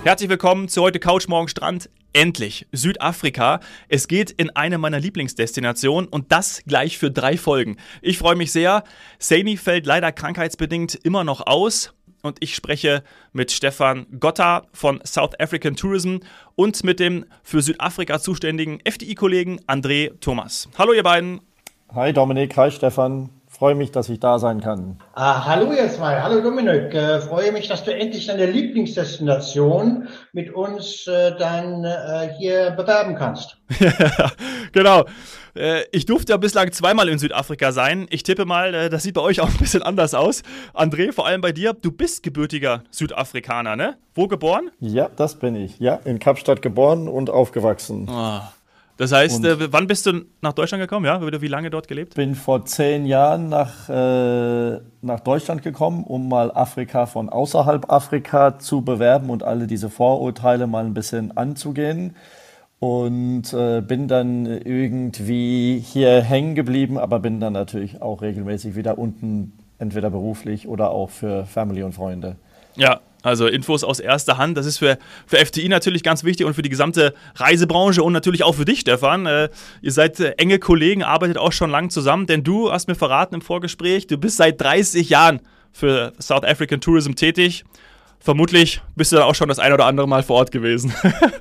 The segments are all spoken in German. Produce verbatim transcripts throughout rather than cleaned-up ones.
Herzlich willkommen zu heute Couch Morgen Strand. Endlich Südafrika. Es geht in eine meiner Lieblingsdestinationen und das gleich für drei Folgen. Ich freue mich sehr. Saini fällt leider krankheitsbedingt immer noch aus und ich spreche mit Stefan Gotta von South African Tourism und mit dem für Südafrika zuständigen F D I-Kollegen André Thomas. Hallo ihr beiden. Hi Dominik, hi Stefan. Freue mich, dass ich da sein kann. Ah, hallo ihr zwei, hallo Dominik. Äh, freue mich, dass du endlich deine Lieblingsdestination mit uns äh, dann äh, hier bewerben kannst. Genau. Äh, ich durfte ja bislang zweimal in Südafrika sein. Ich tippe mal, äh, das sieht bei euch auch ein bisschen anders aus. André, vor allem bei dir, du bist gebürtiger Südafrikaner, ne? Wo geboren? Ja, das bin ich. Ja, in Kapstadt geboren und aufgewachsen. Oh. Das heißt, äh, wann bist du nach Deutschland gekommen? Ja, wie lange dort gelebt? Ich bin vor zehn Jahren nach, äh, nach Deutschland gekommen, um mal Afrika von außerhalb Afrika zu bewerben und alle diese Vorurteile mal ein bisschen anzugehen. Und äh, bin dann irgendwie hier hängen geblieben, aber bin dann natürlich auch regelmäßig wieder unten, entweder beruflich oder auch für Family und Freunde. Ja. Also Infos aus erster Hand, das ist für, für F D I natürlich ganz wichtig und für die gesamte Reisebranche und natürlich auch für dich, Stefan. Äh, ihr seid äh, enge Kollegen, arbeitet auch schon lange zusammen, denn du hast mir verraten im Vorgespräch, du bist seit dreißig Jahren für South African Tourism tätig. Vermutlich bist du dann auch schon das ein oder andere Mal vor Ort gewesen.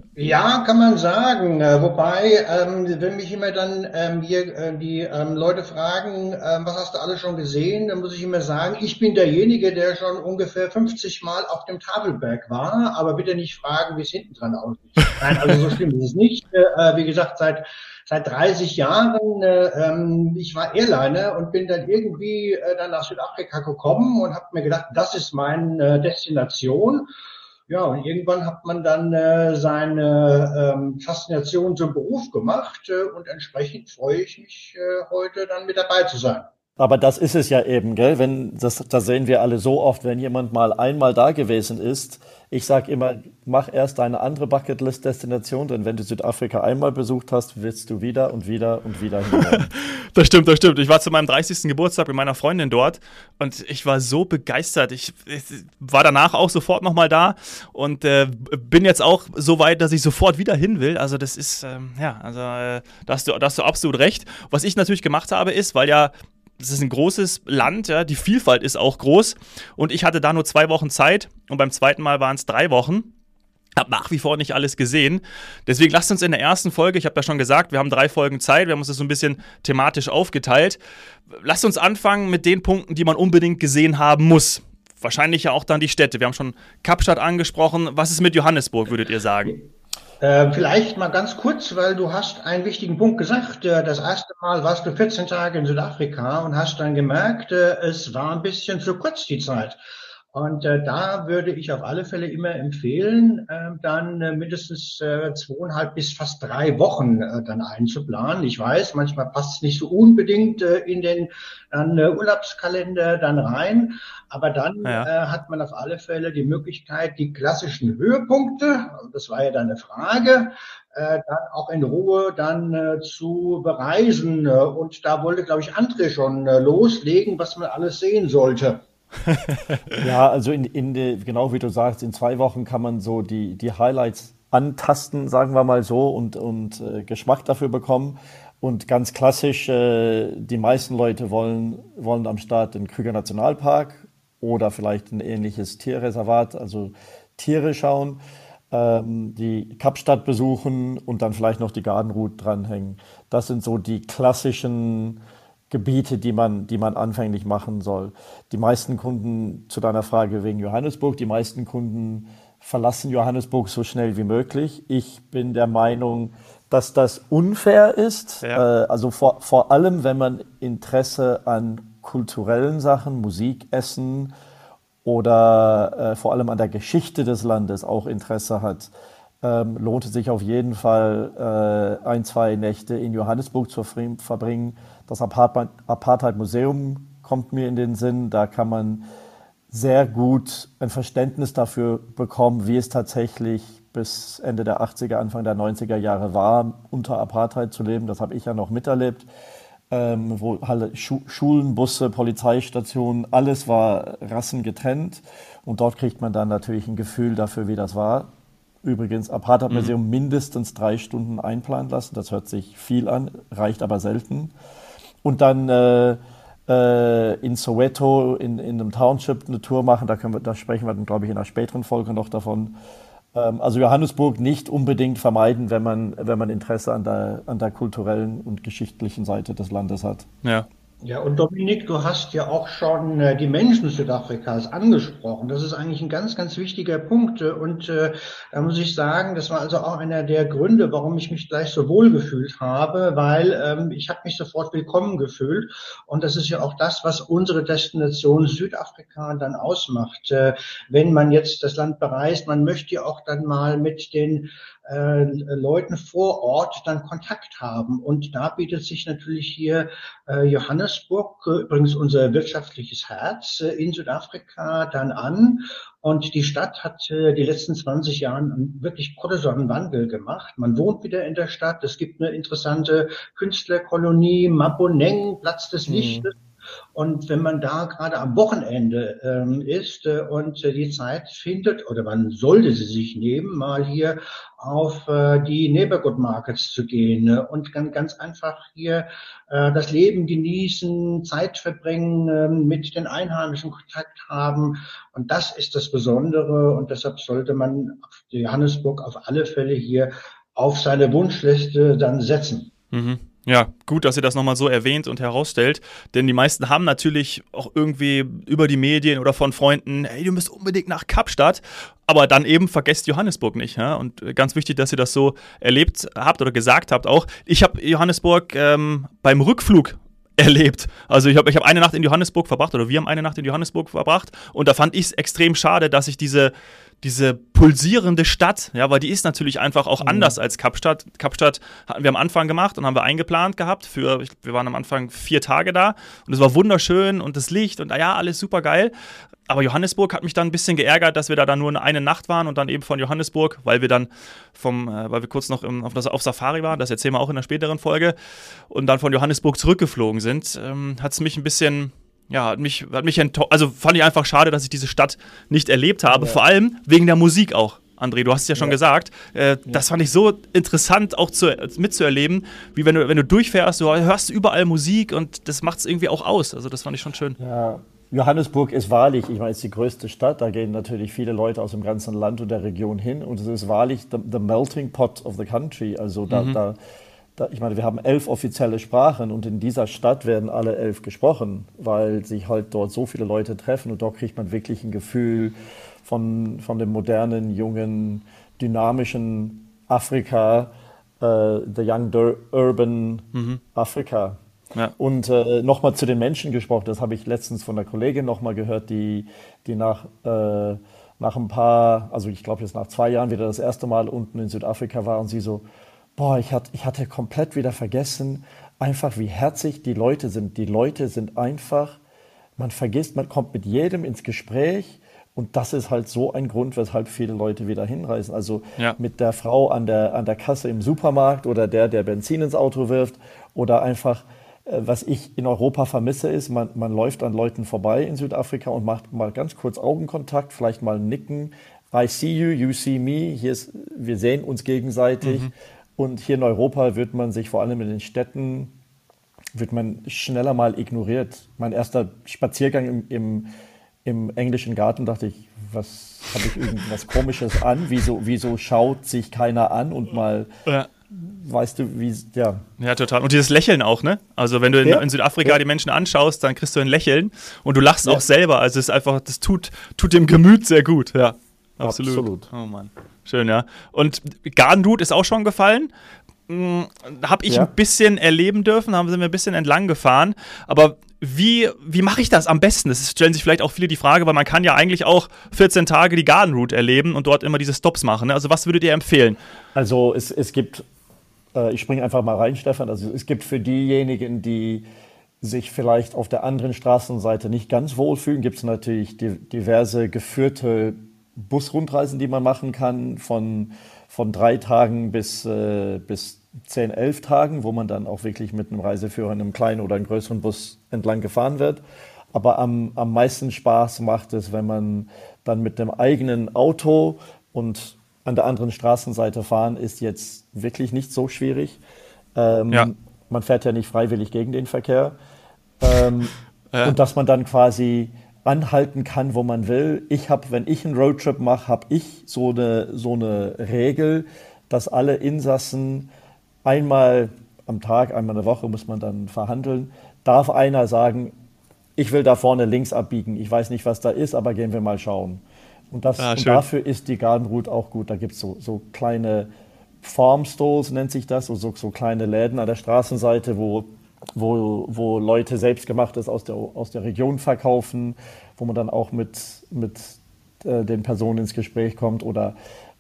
Ja, kann man sagen. Äh, wobei, ähm, wenn mich immer dann ähm, hier äh, die ähm, Leute fragen, ähm, was hast du alles schon gesehen, dann muss ich immer sagen, ich bin derjenige, der schon ungefähr fünfzig Mal auf dem Tafelberg war, aber bitte nicht fragen, wie es hinten dran aussieht. Nein, also so schlimm ist es nicht. Äh, wie gesagt, seit Seit dreißig Jahren, äh, ähm, ich war Airliner und bin dann irgendwie äh, dann nach Südafrika gekommen und habe mir gedacht, das ist meine äh, Destination. Ja, und irgendwann hat man dann äh, seine ähm, Faszination zum Beruf gemacht äh, und entsprechend freue ich mich äh, heute dann mit dabei zu sein. Aber das ist es ja eben, gell? Wenn, das, das sehen wir alle so oft, wenn jemand mal einmal da gewesen ist. Ich sage immer, mach erst eine andere Bucketlist-Destination, denn wenn du Südafrika einmal besucht hast, willst du wieder und wieder und wieder hin. Das stimmt, das stimmt. Ich war zu meinem dreißigsten Geburtstag mit meiner Freundin dort und ich war so begeistert. Ich, ich war danach auch sofort nochmal da und äh, bin jetzt auch so weit, dass ich sofort wieder hin will. Also das ist, ähm, ja, also äh, da hast du, da hast du absolut recht. Was ich natürlich gemacht habe, ist, weil ja es ist ein großes Land, ja, die Vielfalt ist auch groß und ich hatte da nur zwei Wochen Zeit und beim zweiten Mal waren es drei Wochen. Habe nach wie vor nicht alles gesehen. Deswegen lasst uns in der ersten Folge, ich habe ja schon gesagt, wir haben drei Folgen Zeit, wir haben uns das so ein bisschen thematisch aufgeteilt. Lasst uns anfangen mit den Punkten, die man unbedingt gesehen haben muss. Wahrscheinlich ja auch dann die Städte. Wir haben schon Kapstadt angesprochen. Was ist mit Johannesburg, würdet ihr sagen? Äh, vielleicht mal ganz kurz, weil du hast einen wichtigen Punkt gesagt. Äh, das erste Mal warst du vierzehn Tage in Südafrika und hast dann gemerkt, äh, es war ein bisschen zu kurz die Zeit. Und äh, da würde ich auf alle Fälle immer empfehlen, äh, dann äh, mindestens äh, zweieinhalb bis fast drei Wochen äh, dann einzuplanen. Ich weiß, manchmal passt es nicht so unbedingt äh, in den dann, äh, Urlaubskalender dann rein, aber dann ja. äh, hat man auf alle Fälle die Möglichkeit, die klassischen Höhepunkte, das war ja deine Frage, äh, dann auch in Ruhe dann äh, zu bereisen. Und da wollte, glaube ich, André schon äh, loslegen, was man alles sehen sollte. Ja, also in, in die, genau wie du sagst, in zwei Wochen kann man so die, die Highlights antasten, sagen wir mal so, und, und äh, Geschmack dafür bekommen. Und ganz klassisch, äh, die meisten Leute wollen, wollen am Start den Kruger Nationalpark oder vielleicht ein ähnliches Tierreservat, also Tiere schauen, ähm, die Kapstadt besuchen und dann vielleicht noch die Garden Route dranhängen. Das sind so die klassischen Gebiete, die man, die man anfänglich machen soll. Die meisten Kunden, zu deiner Frage wegen Johannesburg, die meisten Kunden verlassen Johannesburg so schnell wie möglich. Ich bin der Meinung, dass das unfair ist. Ja. Äh, also vor, vor allem, wenn man Interesse an kulturellen Sachen, Musik, Essen oder äh, vor allem an der Geschichte des Landes auch Interesse hat, ähm, lohnt es sich auf jeden Fall, äh, ein, zwei Nächte in Johannesburg zu verbringen. Das Apartheid-Museum kommt mir in den Sinn. Da kann man sehr gut ein Verständnis dafür bekommen, wie es tatsächlich bis Ende der achtziger, Anfang der neunziger Jahre war, unter Apartheid zu leben. Das habe ich ja noch miterlebt. Ähm, wo alle Schu- Schulen, Busse, Polizeistationen, alles war rassengetrennt. Und dort kriegt man dann natürlich ein Gefühl dafür, wie das war. übrigens Apartheid-Museum mhm. mindestens drei Stunden einplanen lassen. Das hört sich viel an, reicht aber selten. Und dann äh, äh, in Soweto, in, in einem Township eine Tour machen. Da, können wir, da sprechen wir dann, glaube ich, in einer späteren Folge noch davon. Ähm, also Johannesburg nicht unbedingt vermeiden, wenn man, wenn man Interesse an der, an der kulturellen und geschichtlichen Seite des Landes hat. Ja. Ja, und Dominik, du hast ja auch schon äh, die Menschen Südafrikas angesprochen. Das ist eigentlich ein ganz, ganz wichtiger Punkt. Und äh, da muss ich sagen, das war also auch einer der Gründe, warum ich mich gleich so wohl gefühlt habe, weil ähm, ich habe mich sofort willkommen gefühlt. Und das ist ja auch das, was unsere Destination Südafrika dann ausmacht. Äh, wenn man jetzt das Land bereist, man möchte ja auch dann mal mit den äh, Leuten vor Ort dann Kontakt haben. Und da bietet sich natürlich hier äh, Johannesburg, äh, übrigens unser wirtschaftliches Herz äh, in Südafrika, dann an. Und die Stadt hat äh, die letzten zwanzig Jahre einen wirklich kolossalen Wandel gemacht. Man wohnt wieder in der Stadt. Es gibt eine interessante Künstlerkolonie, Maboneng, Platz des Lichtes. Mhm. Und wenn man da gerade am Wochenende ähm, ist äh, und äh, die Zeit findet, oder man sollte sie sich nehmen, mal hier auf äh, die Neighborhood Markets zu gehen äh, und kann ganz einfach hier äh, das Leben genießen, Zeit verbringen, äh, mit den Einheimischen Kontakt haben. Und das ist das Besondere. Und deshalb sollte man Johannesburg auf alle Fälle hier auf seine Wunschliste dann setzen. Mhm. Ja, gut, dass ihr das nochmal so erwähnt und herausstellt, denn die meisten haben natürlich auch irgendwie über die Medien oder von Freunden, hey, du müsst unbedingt nach Kapstadt, aber dann eben vergesst Johannesburg nicht. Ja? Und ganz wichtig, dass ihr das so erlebt habt oder gesagt habt auch. Ich habe Johannesburg ähm, beim Rückflug erlebt. Also ich habe ich hab eine Nacht in Johannesburg verbracht oder wir haben eine Nacht in Johannesburg verbracht und da fand ich es extrem schade, dass ich diese diese pulsierende Stadt, ja, weil die ist natürlich einfach auch mhm. anders als Kapstadt. Kapstadt hatten wir am Anfang gemacht und haben wir eingeplant gehabt für, wir waren am Anfang vier Tage da und es war wunderschön und das Licht und ja, alles super geil. Aber Johannesburg hat mich dann ein bisschen geärgert, dass wir da dann nur eine Nacht waren und dann eben von Johannesburg, weil wir dann vom, äh, weil wir kurz noch im, auf, das, auf Safari waren, das erzählen wir auch in einer späteren Folge, und dann von Johannesburg zurückgeflogen sind, ähm, hat es mich ein bisschen Ja, hat mich, hat mich ento- also fand ich einfach schade, dass ich diese Stadt nicht erlebt habe, ja. Vor allem wegen der Musik auch. André, du hast es ja schon ja. gesagt, äh, ja. das fand ich so interessant auch zu, mitzuerleben, wie wenn du, wenn du durchfährst, du hörst überall Musik und das macht es irgendwie auch aus, also das fand ich schon schön. Ja, Johannesburg ist wahrlich, ich meine, es ist die größte Stadt, da gehen natürlich viele Leute aus dem ganzen Land und der Region hin und es ist wahrlich the, the melting pot of the country, also da, mhm. da ich meine, wir haben elf offizielle Sprachen und in dieser Stadt werden alle elf gesprochen, weil sich halt dort so viele Leute treffen und dort kriegt man wirklich ein Gefühl von, von dem modernen, jungen, dynamischen Afrika, uh, the young urban mhm. Afrika. Ja. Und äh, nochmal zu den Menschen gesprochen, das habe ich letztens von einer Kollegin nochmal gehört, die, die nach, äh, nach ein paar, also ich glaube jetzt nach zwei Jahren wieder das erste Mal unten in Südafrika war und sie so, boah, ich hatte, ich hatte komplett wieder vergessen, einfach wie herzig die Leute sind. Die Leute sind einfach, man vergisst, man kommt mit jedem ins Gespräch und das ist halt so ein Grund, weshalb viele Leute wieder hinreisen. Also ja. mit der Frau an der, an der Kasse im Supermarkt oder der, der Benzin ins Auto wirft oder einfach, äh, was ich in Europa vermisse, ist, man, man läuft an Leuten vorbei in Südafrika und macht mal ganz kurz Augenkontakt, vielleicht mal nicken. I see you, you see me. Hier ist, wir sehen uns gegenseitig. Mhm. Und hier in Europa wird man sich vor allem in den Städten, wird man schneller mal ignoriert. Mein erster Spaziergang im, im, im englischen Garten, dachte ich, was habe ich irgendwas Komisches an? Wieso, wieso schaut sich keiner an und mal, ja. weißt du, wie, ja. Ja, total. Und dieses Lächeln auch, ne? Also wenn du in, ja. in Südafrika ja. die Menschen anschaust, dann kriegst du ein Lächeln und du lachst ja. auch selber. Also es ist einfach, das tut, tut dem Gemüt sehr gut, ja. Absolut. Absolut. Oh Mann. Schön, ja. Und Garden Route ist auch schon gefallen. Hm, habe ich ja. ein bisschen erleben dürfen, haben sind wir ein bisschen entlang gefahren. Aber wie, wie mache ich das am besten? Das stellen sich vielleicht auch viele die Frage, weil man kann ja eigentlich auch vierzehn Tage die Garden Route erleben und dort immer diese Stops machen. Ne? Also was würdet ihr empfehlen? Also es, es gibt, äh, ich springe einfach mal rein, Stefan. Also es gibt für diejenigen, die sich vielleicht auf der anderen Straßenseite nicht ganz wohlfühlen, gibt es natürlich die, diverse geführte Busrundreisen, die man machen kann, von, von drei Tagen bis, äh, bis zehn, elf Tagen, wo man dann auch wirklich mit einem Reiseführer in einem kleinen oder einem größeren Bus entlang gefahren wird. Aber am, am meisten Spaß macht es, wenn man dann mit dem eigenen Auto und an der anderen Straßenseite fahren ist jetzt wirklich nicht so schwierig. Ähm, Ja. Man fährt ja nicht freiwillig gegen den Verkehr. Ähm, Ja. und dass man dann quasi anhalten kann, wo man will. Ich habe, wenn ich einen Roadtrip mache, habe ich so eine, so eine Regel, dass alle Insassen einmal am Tag, einmal in der Woche muss man dann verhandeln, darf einer sagen, ich will da vorne links abbiegen. Ich weiß nicht, was da ist, aber gehen wir mal schauen. Und, das, Ah, und schön. dafür ist die Garden Route auch gut. Da gibt es so, so kleine Farm Stalls, nennt sich das, so, so kleine Läden an der Straßenseite, wo, wo, wo Leute selbstgemachtes aus der, aus der Region verkaufen, wo man dann auch mit, mit äh, den Personen ins Gespräch kommt oder,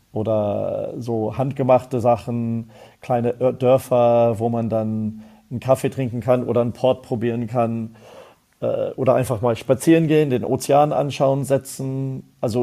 oder so handgemachte Sachen, kleine Dörfer, wo man dann einen Kaffee trinken kann oder einen Port probieren kann. Oder einfach mal spazieren gehen, den Ozean anschauen, setzen. Also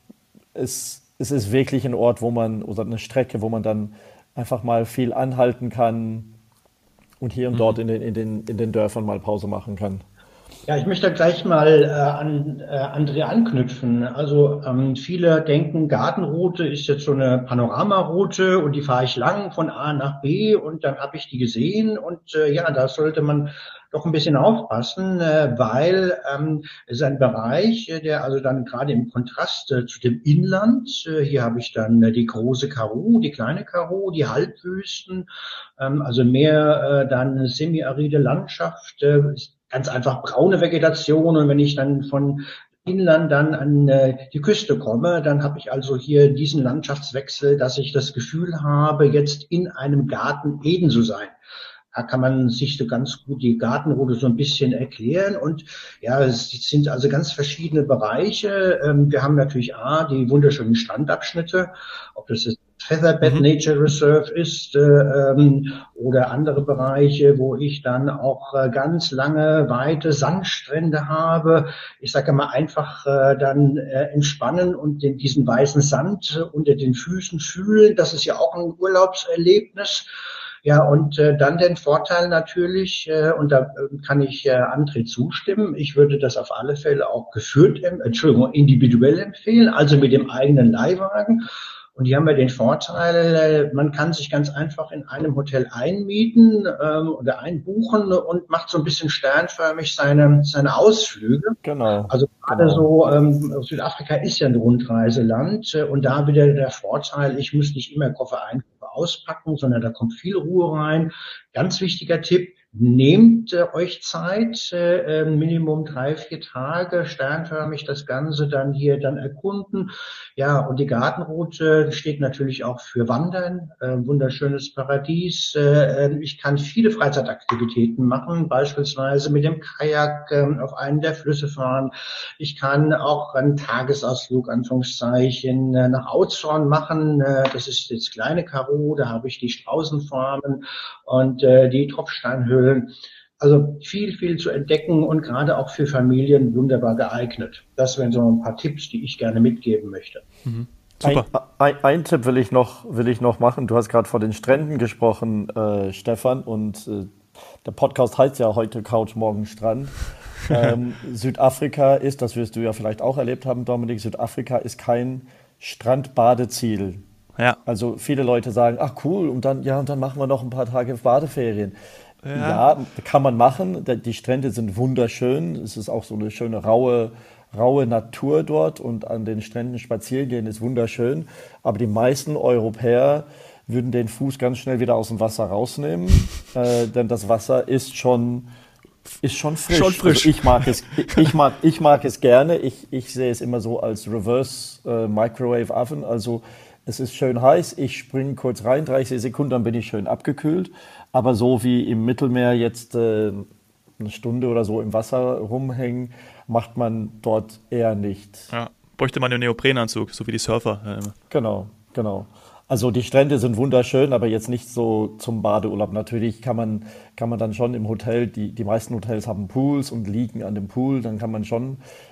es, es ist wirklich ein Ort, wo man, oder eine Strecke, wo man dann einfach mal viel anhalten kann und hier und dort in den, in den, in den Dörfern mal Pause machen kann. Ja, ich möchte gleich mal äh, an äh, André anknüpfen. Also ähm, viele denken, Gartenroute ist jetzt so eine Panoramaroute und die fahre ich lang von A nach B und dann habe ich die gesehen und äh, ja, da sollte man doch ein bisschen aufpassen, äh, weil ähm, es ist ein Bereich, äh, der also dann gerade im Kontrast äh, zu dem Inland, äh, hier habe ich dann äh, die große Karoo, die kleine Karoo, die Halbwüsten, ähm, also mehr äh, dann semiaride Landschaft, äh, ganz einfach braune Vegetation. Und wenn ich dann von Inland dann an äh, die Küste komme, dann habe ich also hier diesen Landschaftswechsel, dass ich das Gefühl habe, jetzt in einem Garten Eden zu sein. Da kann man sich so ganz gut die Gartenroute so ein bisschen erklären. Und ja, es sind also ganz verschiedene Bereiche. Ähm, wir haben natürlich A, die wunderschönen Strandabschnitte, ob das jetzt Featherbed Mhm. Nature Reserve ist äh, ähm, oder andere Bereiche, wo ich dann auch äh, ganz lange, weite Sandstrände habe. Ich sage mal einfach äh, dann äh, entspannen und den, diesen weißen Sand äh, unter den Füßen fühlen. Das ist ja auch ein Urlaubserlebnis. Ja, und äh, dann den Vorteil natürlich, äh, und da äh, kann ich äh, André zustimmen, ich würde das auf alle Fälle auch geführt, ähm, Entschuldigung, individuell empfehlen, also mit dem eigenen Leihwagen. Und die haben ja den Vorteil, äh, man kann sich ganz einfach in einem Hotel einmieten ähm, oder einbuchen und macht so ein bisschen sternförmig seine, seine Ausflüge. Genau, Also gerade genau. so, ähm, Südafrika ist ja ein Rundreiseland äh, und da wieder der Vorteil, ich muss nicht immer Koffer ein, Koffer auspacken, sondern da kommt viel Ruhe rein. Ganz wichtiger Tipp, nehmt äh, euch Zeit, äh, Minimum drei, vier Tage, sternförmig das Ganze dann hier dann erkunden. Ja, und die Gartenroute steht natürlich auch für Wandern, äh, wunderschönes Paradies. Äh, ich kann viele Freizeitaktivitäten machen, beispielsweise mit dem Kajak äh, auf einen der Flüsse fahren. Ich kann auch einen Tagesausflug, Anführungszeichen, äh, nach Auzorn machen. Äh, das ist jetzt kleine Karoo, da habe ich die Straußenfarmen und äh, die Tropfsteinhöhlen. Also viel, viel zu entdecken und gerade auch für Familien wunderbar geeignet. Das wären so ein paar Tipps, die ich gerne mitgeben möchte. Ein, Super. ein, ein Tipp will ich noch, will ich noch machen. Du hast gerade von den Stränden gesprochen, äh, Stefan, und äh, der Podcast heißt ja heute Couch, morgen Strand. Ähm, Südafrika ist, das wirst du ja vielleicht auch erlebt haben, Dominik, Südafrika ist kein Strandbadeziel. Ja. Also viele Leute sagen, ach cool, und dann, ja, und dann machen wir noch ein paar Tage Badeferien. Ja. Ja, kann man machen. Da- Die Strände sind wunderschön. Es ist auch so eine schöne raue, raue Natur dort und an den Stränden spazieren gehen ist wunderschön. Aber die meisten Europäer würden den Fuß ganz schnell wieder aus dem Wasser rausnehmen, äh, denn das Wasser ist schon, ist schon frisch. Schon frisch. Also ich mag es, ich mag, ich mag es gerne. Ich, ich sehe es immer so als Reverse äh, Microwave Oven. Also es ist schön heiß, ich springe kurz rein, dreißig Sekunden, dann bin ich schön abgekühlt. Aber so wie im Mittelmeer jetzt äh, eine Stunde oder so im Wasser rumhängen, macht man dort eher nicht. Ja. Bräuchte man einen Neoprenanzug, so wie die Surfer. äh, immer. Genau, genau. Also die Strände sind wunderschön, aber jetzt nicht so zum Badeurlaub. Natürlich kann man, kann man dann schon im Hotel, die, die meisten Hotels haben Pools und liegen an dem Pool, dann kann man schon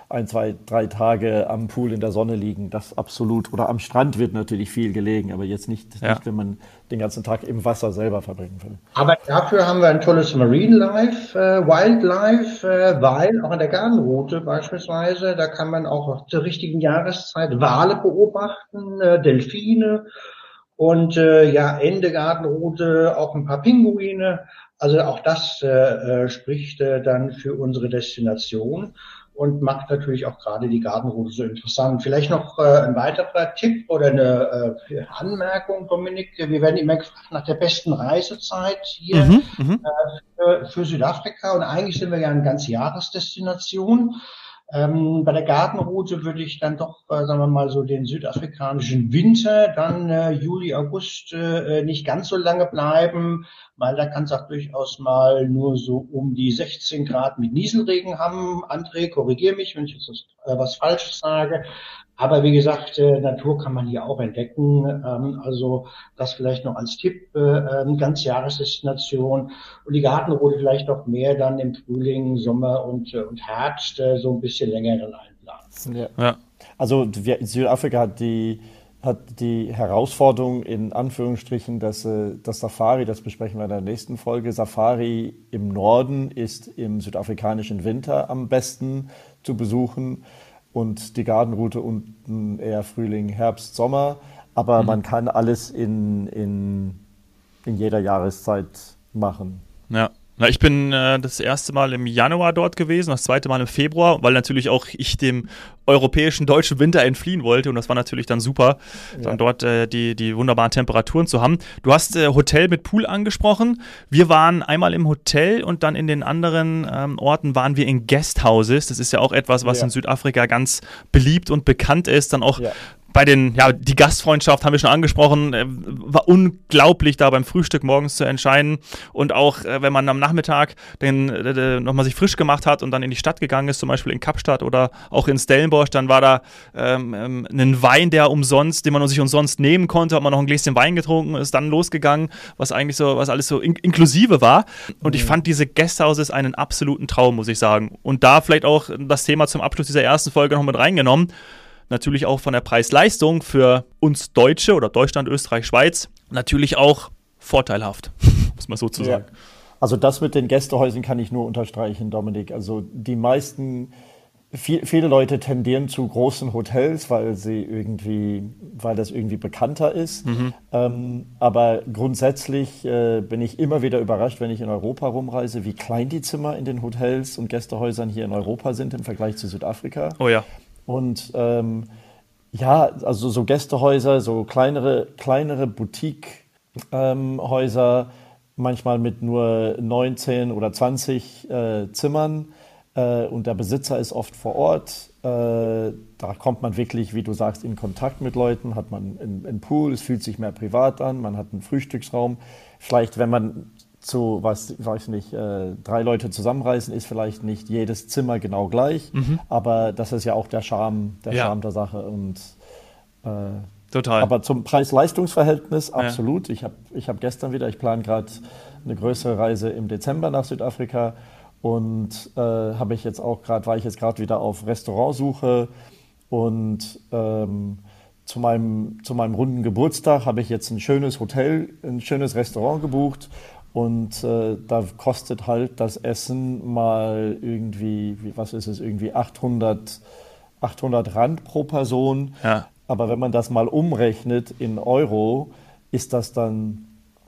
ein, zwei, drei Tage am Pool in der Sonne liegen, das absolut. Oder am Strand wird natürlich viel gelegen, aber jetzt nicht, Ja. nicht wenn man den ganzen Tag im Wasser selber verbringen will. Aber dafür haben wir ein tolles Marine Life, äh, Wildlife, äh, weil auch an der Gartenroute beispielsweise, da kann man auch zur richtigen Jahreszeit Wale beobachten, äh, Delfine und äh, ja, Ende Gartenroute auch ein paar Pinguine. Also auch das äh, äh, spricht äh, dann für unsere Destination und macht natürlich auch gerade die Gartenroute so interessant. Vielleicht noch äh, ein weiterer Tipp oder eine äh, Anmerkung, Dominik. Wir werden immer gefragt nach der besten Reisezeit hier Mhm, mhm. äh, für Südafrika und eigentlich sind wir ja eine ganze Jahresdestination. Ähm, bei der Gartenroute würde ich dann doch, äh, sagen wir mal, so den südafrikanischen Winter, dann äh, Juli, August äh, nicht ganz so lange bleiben, weil da kann es auch durchaus mal nur so um die sechzehn Grad mit Nieselregen haben. André, korrigier mich, wenn ich jetzt was, äh, was Falsches sage. Aber wie gesagt, äh, Natur kann man hier auch entdecken. Ähm, also das vielleicht noch als Tipp, äh, äh, ganz Jahresdestination. Und die Gartenroute vielleicht auch mehr dann im Frühling, Sommer und, äh, und Herbst äh, so ein bisschen längeren einplanen. Ja. Ja. Also wir, Südafrika hat die, hat die Herausforderung in Anführungsstrichen, dass äh, das Safari, das besprechen wir in der nächsten Folge, Safari im Norden ist im südafrikanischen Winter am besten zu besuchen und die Gartenroute unten eher Frühling, Herbst, Sommer. Aber mhm. man kann alles in, in, in jeder Jahreszeit machen. Ja. Na, ich bin äh, das erste Mal im Januar dort gewesen, das zweite Mal im Februar, weil natürlich auch ich dem europäischen deutschen Winter entfliehen wollte und das war natürlich dann super, ja. dann dort äh, die, die wunderbaren Temperaturen zu haben. Du hast äh, Hotel mit Pool angesprochen. Wir waren einmal im Hotel und dann in den anderen ähm, Orten waren wir in Guesthouses. Das ist ja auch etwas, was ja. in Südafrika ganz beliebt und bekannt ist, dann auch ja. Bei den, ja, die Gastfreundschaft haben wir schon angesprochen, äh, war unglaublich, da beim Frühstück morgens zu entscheiden und auch, äh, wenn man am Nachmittag den, äh, nochmal sich frisch gemacht hat und dann in die Stadt gegangen ist, zum Beispiel in Kapstadt oder auch in Stellenbosch, dann war da ähm, ähm, ein Wein, der umsonst, den man sich umsonst nehmen konnte, hat man noch ein Gläschen Wein getrunken, ist dann losgegangen, was eigentlich so, was alles so in- inklusive war und mhm. ich fand diese Guesthouses einen absoluten Traum, muss ich sagen, und da vielleicht auch das Thema zum Abschluss dieser ersten Folge noch mit reingenommen. Natürlich auch von der Preis-Leistung für uns Deutsche oder Deutschland, Österreich, Schweiz natürlich auch vorteilhaft, muss man so zu sagen. Ja. Also das mit den Gästehäusern kann ich nur unterstreichen, Dominik. Also die meisten, viel, viele Leute tendieren zu großen Hotels, weil sie irgendwie, weil das irgendwie bekannter ist. Mhm. Ähm, aber grundsätzlich äh, bin ich immer wieder überrascht, wenn ich in Europa rumreise, wie klein die Zimmer in den Hotels und Gästehäusern hier in Europa sind im Vergleich zu Südafrika. Oh ja. Und ähm, ja, also so Gästehäuser, so kleinere, kleinere Boutique-Häuser, ähm, manchmal mit nur neunzehn oder zwanzig äh, Zimmern äh, und der Besitzer ist oft vor Ort. Äh, da kommt man wirklich, wie du sagst, in Kontakt mit Leuten, hat man einen, einen Pool, es fühlt sich mehr privat an, man hat einen Frühstücksraum. Vielleicht, wenn man zu, was weiß nicht, äh, drei Leute zusammenreisen, ist vielleicht nicht jedes Zimmer genau gleich, mhm. aber das ist ja auch der Charme, der ja. Charme der Sache. Und, äh, Total. Aber zum Preis-Leistungs-Verhältnis absolut. Ja. Ich habe ich hab gestern wieder, ich plane gerade eine größere Reise im Dezember nach Südafrika und äh, habe ich jetzt auch gerade, war ich jetzt gerade wieder auf Restaurantsuche und ähm, zu meinem, zu meinem runden Geburtstag habe ich jetzt ein schönes Hotel, ein schönes Restaurant gebucht. Und äh, da kostet halt das Essen mal irgendwie, wie, was ist es, irgendwie achthundert Rand pro Person. Ja. Aber wenn man das mal umrechnet in Euro, ist das dann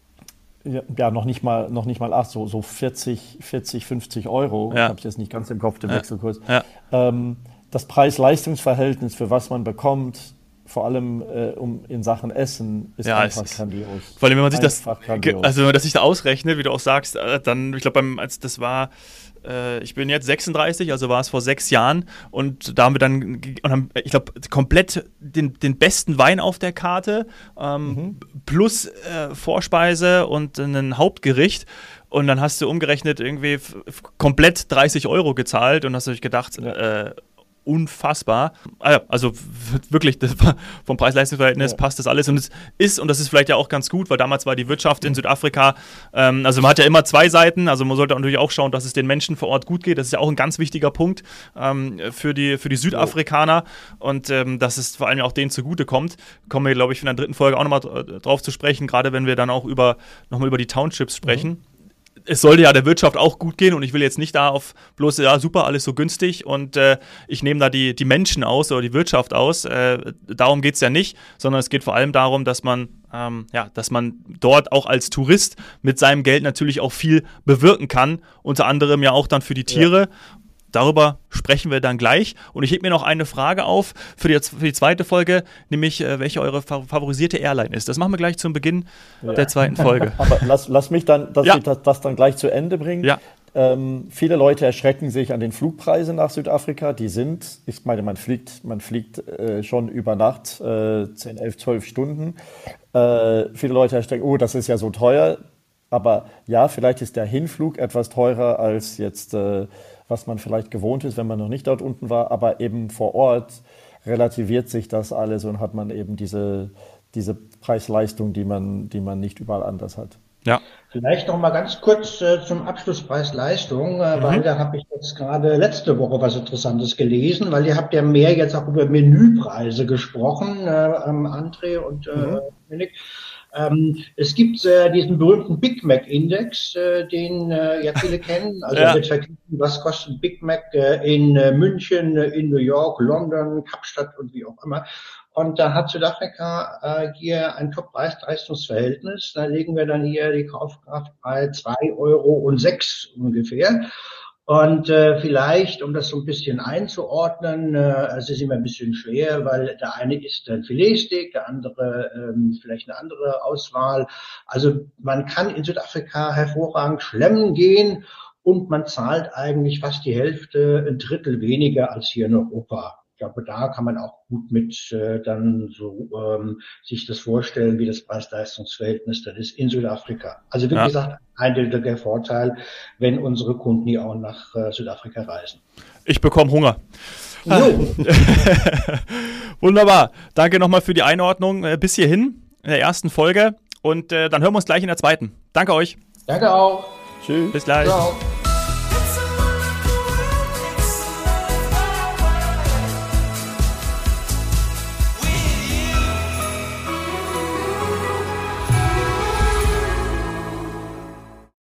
ja, ja noch nicht mal, noch nicht mal ach, so, so vierzig, fünfzig Euro. Ja. Ich habe es jetzt nicht ganz im Kopf, den ja. Wechselkurs. Ja. Ähm, das Preis-Leistungs-Verhältnis, für was man bekommt, vor allem äh, um in Sachen Essen, ist ja, einfach ist, grandios. Vor allem, wenn man sich einfach das, grandios. also wenn man das sich da ausrechnet, wie du auch sagst, dann, ich glaube, beim, als das war, äh, ich bin jetzt sechsunddreißig, also war es vor sechs Jahren und da haben wir dann, und haben, ich glaube, komplett den, den besten Wein auf der Karte, ähm, mhm. plus äh, Vorspeise und ein Hauptgericht. Und dann hast du umgerechnet irgendwie f- f- komplett dreißig Euro gezahlt und hast du dich gedacht, ja. äh, unfassbar. Also wirklich, vom Preis-Leistungs-Verhältnis ja. passt das alles. Und es ist, und das ist vielleicht ja auch ganz gut, weil damals war die Wirtschaft in Südafrika, ähm, also man hat ja immer zwei Seiten, also man sollte natürlich auch schauen, dass es den Menschen vor Ort gut geht. Das ist ja auch ein ganz wichtiger Punkt ähm, für, die, für die Südafrikaner und ähm, dass es vor allem auch denen zugutekommt. Kommen wir, glaube ich, in der dritten Folge auch nochmal drauf zu sprechen, gerade wenn wir dann auch über nochmal über die Townships sprechen. Mhm. Es sollte ja der Wirtschaft auch gut gehen und ich will jetzt nicht da auf bloß, ja super, alles so günstig und äh, ich nehme da die, die Menschen aus oder die Wirtschaft aus. Äh, darum geht es ja nicht, sondern es geht vor allem darum, dass man, ähm, ja, dass man dort auch als Tourist mit seinem Geld natürlich auch viel bewirken kann, unter anderem ja auch dann für die Tiere. Ja. Darüber sprechen wir dann gleich. Und ich hebe mir noch eine Frage auf für die, für die zweite Folge, nämlich äh, welche eure favorisierte Airline ist. Das machen wir gleich zum Beginn ja. der zweiten Folge. Aber lass, lass mich dann, dass ja. ich das, das dann gleich zu Ende bringen. Ja. Ähm, viele Leute erschrecken sich an den Flugpreisen nach Südafrika. Die sind, ich meine, man fliegt, man fliegt äh, schon über Nacht äh, zehn, elf, zwölf Stunden. Äh, viele Leute erschrecken, oh, das ist ja so teuer. Aber ja, vielleicht ist der Hinflug etwas teurer als jetzt äh, was man vielleicht gewohnt ist, wenn man noch nicht dort unten war, aber eben vor Ort relativiert sich das alles und hat man eben diese, diese Preis-Leistung, die man, die man nicht überall anders hat. Ja. Vielleicht noch mal ganz kurz äh, zum Abschluss Preis-Leistung, äh, mhm. weil da habe ich jetzt gerade letzte Woche was Interessantes gelesen, weil ihr habt ja mehr jetzt auch über Menüpreise gesprochen, äh, ähm, André und äh, mhm. Dominik. Ähm, es gibt äh, diesen berühmten Big Mac Index, äh, den äh, ja viele kennen. Also ja. wird verglichen, was kostet Big Mac äh, in äh, München, äh, in New York, London, Kapstadt und wie auch immer. Und da hat Südafrika äh, hier ein Top-Preis-Leistungs-Verhältnis. Da legen wir dann hier die Kaufkraft bei zwei Euro und sechs ungefähr. Und äh, vielleicht, um das so ein bisschen einzuordnen, äh, es ist immer ein bisschen schwer, weil der eine isst ein Filetsteak, der andere ähm, vielleicht eine andere Auswahl. Also man kann in Südafrika hervorragend schlemmen gehen und man zahlt eigentlich fast die Hälfte, ein Drittel weniger als hier in Europa. Ich glaube, da kann man auch gut mit äh, dann so ähm, sich das vorstellen, wie das Preis-Leistungs-Verhältnis dann ist in Südafrika. Also wie ja. gesagt, eindeutiger Vorteil, wenn unsere Kunden hier auch nach äh, Südafrika reisen. Ich bekomme Hunger. Wunderbar. Danke nochmal für die Einordnung äh, bis hierhin in der ersten Folge und äh, dann hören wir uns gleich in der zweiten. Danke euch. Danke auch. Tschüss. Bis gleich. Ciao.